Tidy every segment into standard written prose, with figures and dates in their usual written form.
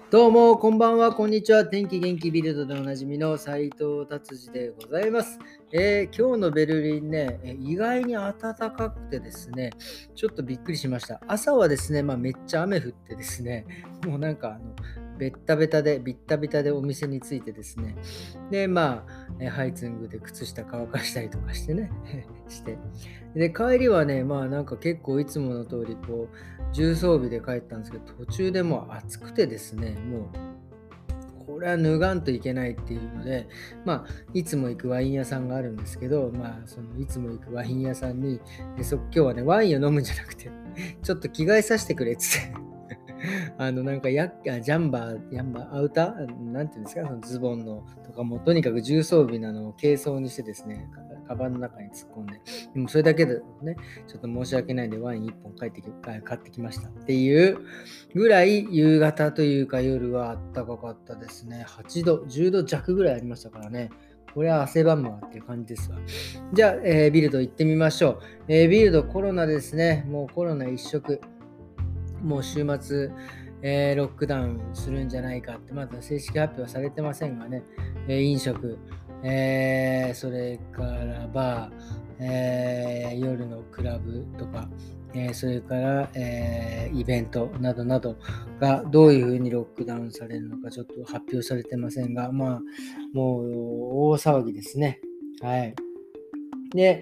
どうも、こんばんは、こんにちは。天気元気ビルドでおなじみの斉藤達治でございます。今日のベルリンね、意外に暖かくてですね、ちょっとびっくりしました。朝はですね、めっちゃ雨降ってですね、もうなんかベッタベタで、ビッタビタでお店に着いてですね、で、ハイツングで靴下乾かしたりとかしてね、して。で、帰りはね、なんか結構いつもの通り、重装備で帰ったんですけど、途中でもう暑くてですね、もう、これは脱がんといけないっていうので、いつも行くワイン屋さんがあるんですけど、そのいつも行くワイン屋さんに、今日はね、ワインを飲むんじゃなくて、ちょっと着替えさせてくれっつって、なんかジャンバー、アウターなんていうんですか、そのズボンのとかもとにかく重装備なのを軽装にしてですね、カバンの中に突っ込んで、でもそれだけでね、ちょっと申し訳ないんでワイン1本買ってきましたっていうぐらい夕方というか夜は暖かかったですね。8度、10度弱ぐらいありましたからね。これは汗ばむわっていう感じですわ。じゃあ、ビルド行ってみましょう。ビルドコロナですね。もうコロナ一色。もう週末、ロックダウンするんじゃないかって、まだ正式発表はされてませんがね、飲食、それからバー、夜のクラブとか、それから、イベントなどなどがどういうふうにロックダウンされるのかちょっと発表されてませんが、もう大騒ぎですね。はい。で、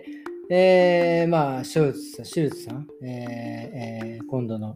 シュルツさん、今度の、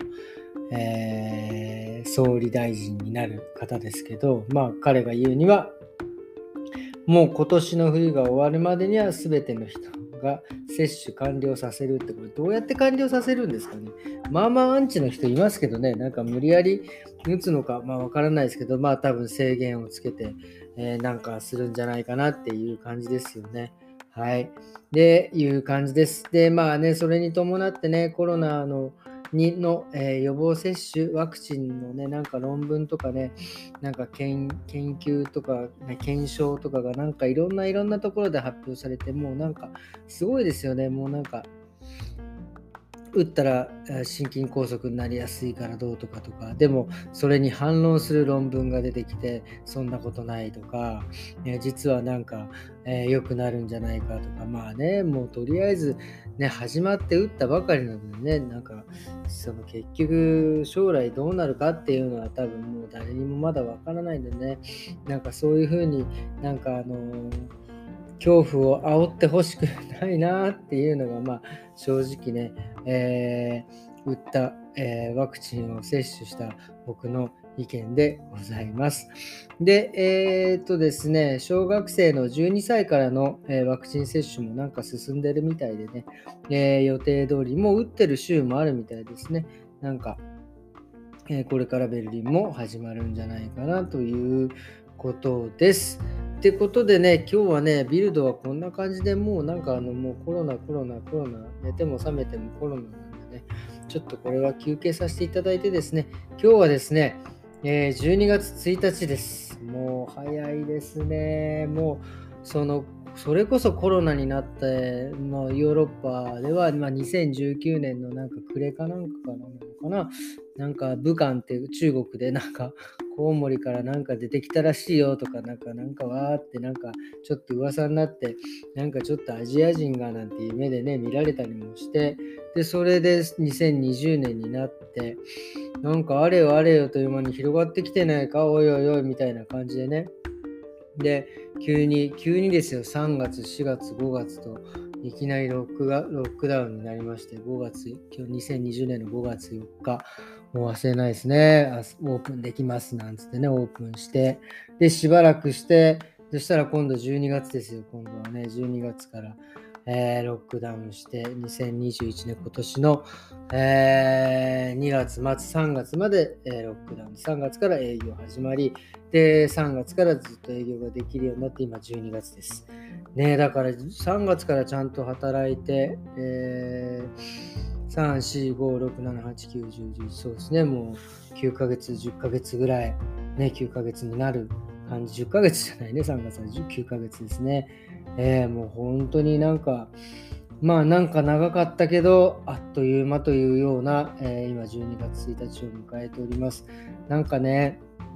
総理大臣になる方ですけど、彼が言うには、もう今年の冬が終わるまでには全ての人が接種完了させるって、これどうやって完了させるんですかね。アンチの人いますけどね、なんか無理やり打つのか、わからないですけど、多分制限をつけて、なんかするんじゃないかなっていう感じですよね。はい。で、いう感じです。で、それに伴ってね、コロナの予防接種ワクチンのね、なんか論文とかね、なんか研究とか、ね、検証とかがなんかいろんなところで発表されて、もうなんかすごいですよね。もうなんか打ったら心筋梗塞になりやすいからどうとか、でもそれに反論する論文が出てきて、そんなことないとか、実はなんか良くなるんじゃないかとか、もうとりあえずね、始まって打ったばかりなのでね、なんかその結局将来どうなるかっていうのは多分もう誰にもまだわからないんでね、なんかそういうふうになんか恐怖を煽ってほしくないなっていうのが、正直ね、打った、ワクチンを接種した僕の意見でございます。で、ですね、小学生の12歳からの、ワクチン接種もなんか進んでるみたいでね、予定通りもう打ってる州もあるみたいですね。なんか、これからベルリンも始まるんじゃないかなということです。ってことでね、今日はね、ビルドはこんな感じでもうなんかもうコロナ、寝ても覚めてもコロナなんでね、ちょっとこれは休憩させていただいてですね、今日はですね、12月1日です。もう早いですね。もうそれこそコロナになってのヨーロッパでは、2019年のなんか暮れかなんかなのかな、なんか武漢って中国でなんかコウモリからなんか出てきたらしいよとか、なんかわーってなんかちょっと噂になって、なんかちょっとアジア人がなんていう目でね見られたりもして、でそれで2020年になって、なんかあれよあれよという間に広がってきてないか、おいおいおいみたいな感じでね。で、急にですよ、3月、4月、5月と、いきなりロックダウンになりまして、今日2020年の5月4日、もう忘れないですね、オープンできますなんつってね、オープンして、で、しばらくして、そしたら今度12月ですよ、今度はね、12月から、ロックダウンして、2021年今年の、2月末、3月まで、ロックダウン、3月から営業始まり、で、3月からずっと営業ができるようになって、今12月です。ね、だから3月からちゃんと働いて、3、4、5、6、7、8、9、10、11、そうですね、もう9ヶ月、10ヶ月ぐらい、ね、9ヶ月になる感じ、10ヶ月じゃないね、3月は9ヶ月ですね。もう本当になんか、なんか長かったけど、あっという間というような、今12月1日を迎えております。なんかね、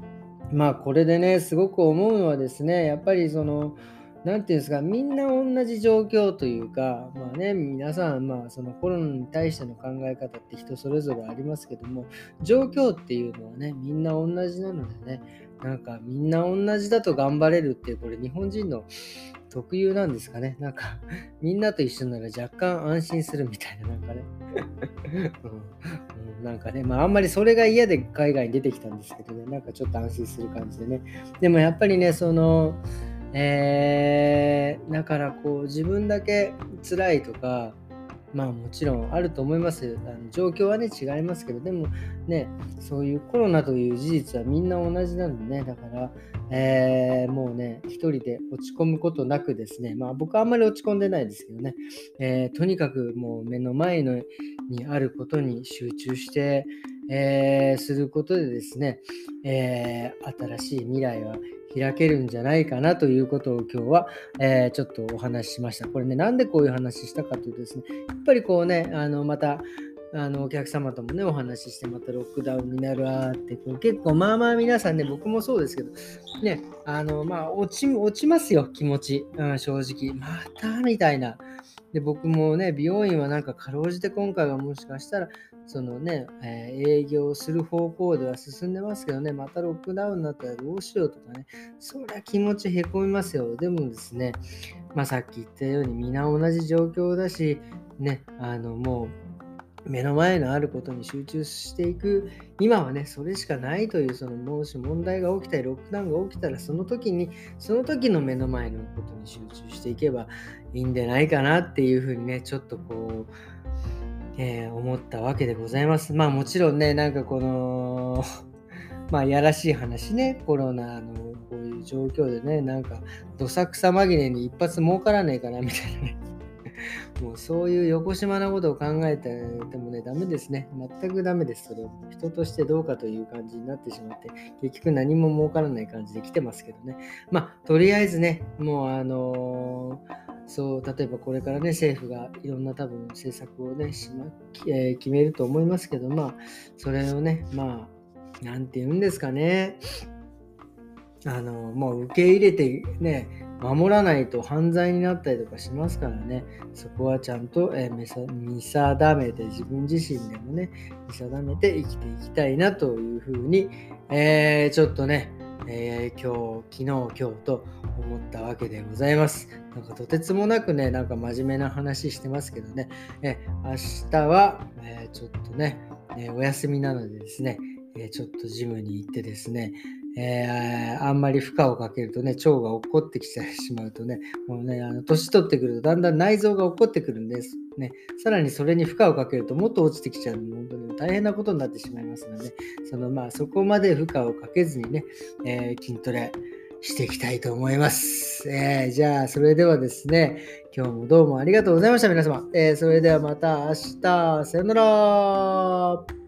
これでね、すごく思うのはですね、やっぱりなんていうんですか、みんな同じ状況というか、皆さん、そのコロナに対しての考え方って人それぞれありますけども、状況っていうのはね、みんな同じなのでね、なんかみんな同じだと頑張れるっていう、これ日本人の特有なんですかね。なんか、みんなと一緒なら若干安心するみたいな、なんかね。なんかね、あんまりそれが嫌で海外に出てきたんですけどね、なんかちょっと安心する感じでね。でもやっぱりね、だから自分だけ辛いとか、もちろんあると思います。状況はね、違いますけど、でもね、そういうコロナという事実はみんな同じなのでね、だから、もうね、一人で落ち込むことなくですね、僕はあんまり落ち込んでないですけどね、とにかくもう目の前にあることに集中して、することでですね、新しい未来は開けるんじゃないかなということを今日は、ちょっとお話ししました。これね、なんでこういう話したかというとですね、やっぱりまた、お客様ともね、お話しして、またロックダウンになるわって、結構皆さんね、僕もそうですけど、ね、落ちますよ、気持ち。正直。またみたいな。で、僕もね、美容院はなんかかろうじて今回はもしかしたら、営業する方向では進んでますけどね、またロックダウンになったらどうしようとかね、そりゃ気持ちへこみますよ。でもですね、さっき言ったように皆同じ状況だし、ね、もう目の前のあることに集中していく、今はね、それしかないという、もし問題が起きたり、ロックダウンが起きたら、その時の目の前のことに集中していけばいいんじゃないかなっていうふうにね、ちょっと思ったわけでございます。もちろんね、なんかやらしい話ね、コロナのこういう状況でね、なんかどさくさ紛れに一発儲からねえかなみたいなね。もうそういうよこしまなことを考えてもね、ダメですね。全くダメです。それを人としてどうかという感じになってしまって、結局何も儲からない感じで来てますけどね。とりあえずね、もう例えばこれからね、政府がいろんな多分政策をね、決めると思いますけど、それをね、なんて言うんですかね。もう受け入れてね、守らないと犯罪になったりとかしますからね、そこはちゃんと、見定めて、自分自身でもね、見定めて生きていきたいなというふうに、ちょっとね、昨日、今日と思ったわけでございます。なんかとてつもなくね、なんか真面目な話してますけどね、明日は、ちょっとね、お休みなのでですね、ちょっとジムに行ってですね、あんまり負荷をかけるとね、腸が落っこってきてしまうとね、もうね、年取ってくるとだんだん内臓が落っこってくるんです。ね、さらにそれに負荷をかけるともっと落ちてきちゃうので、本当に大変なことになってしまいますので、そこまで負荷をかけずにね、筋トレしていきたいと思います。じゃあ、それではですね、今日もどうもありがとうございました、皆様。それではまた明日、さよなら。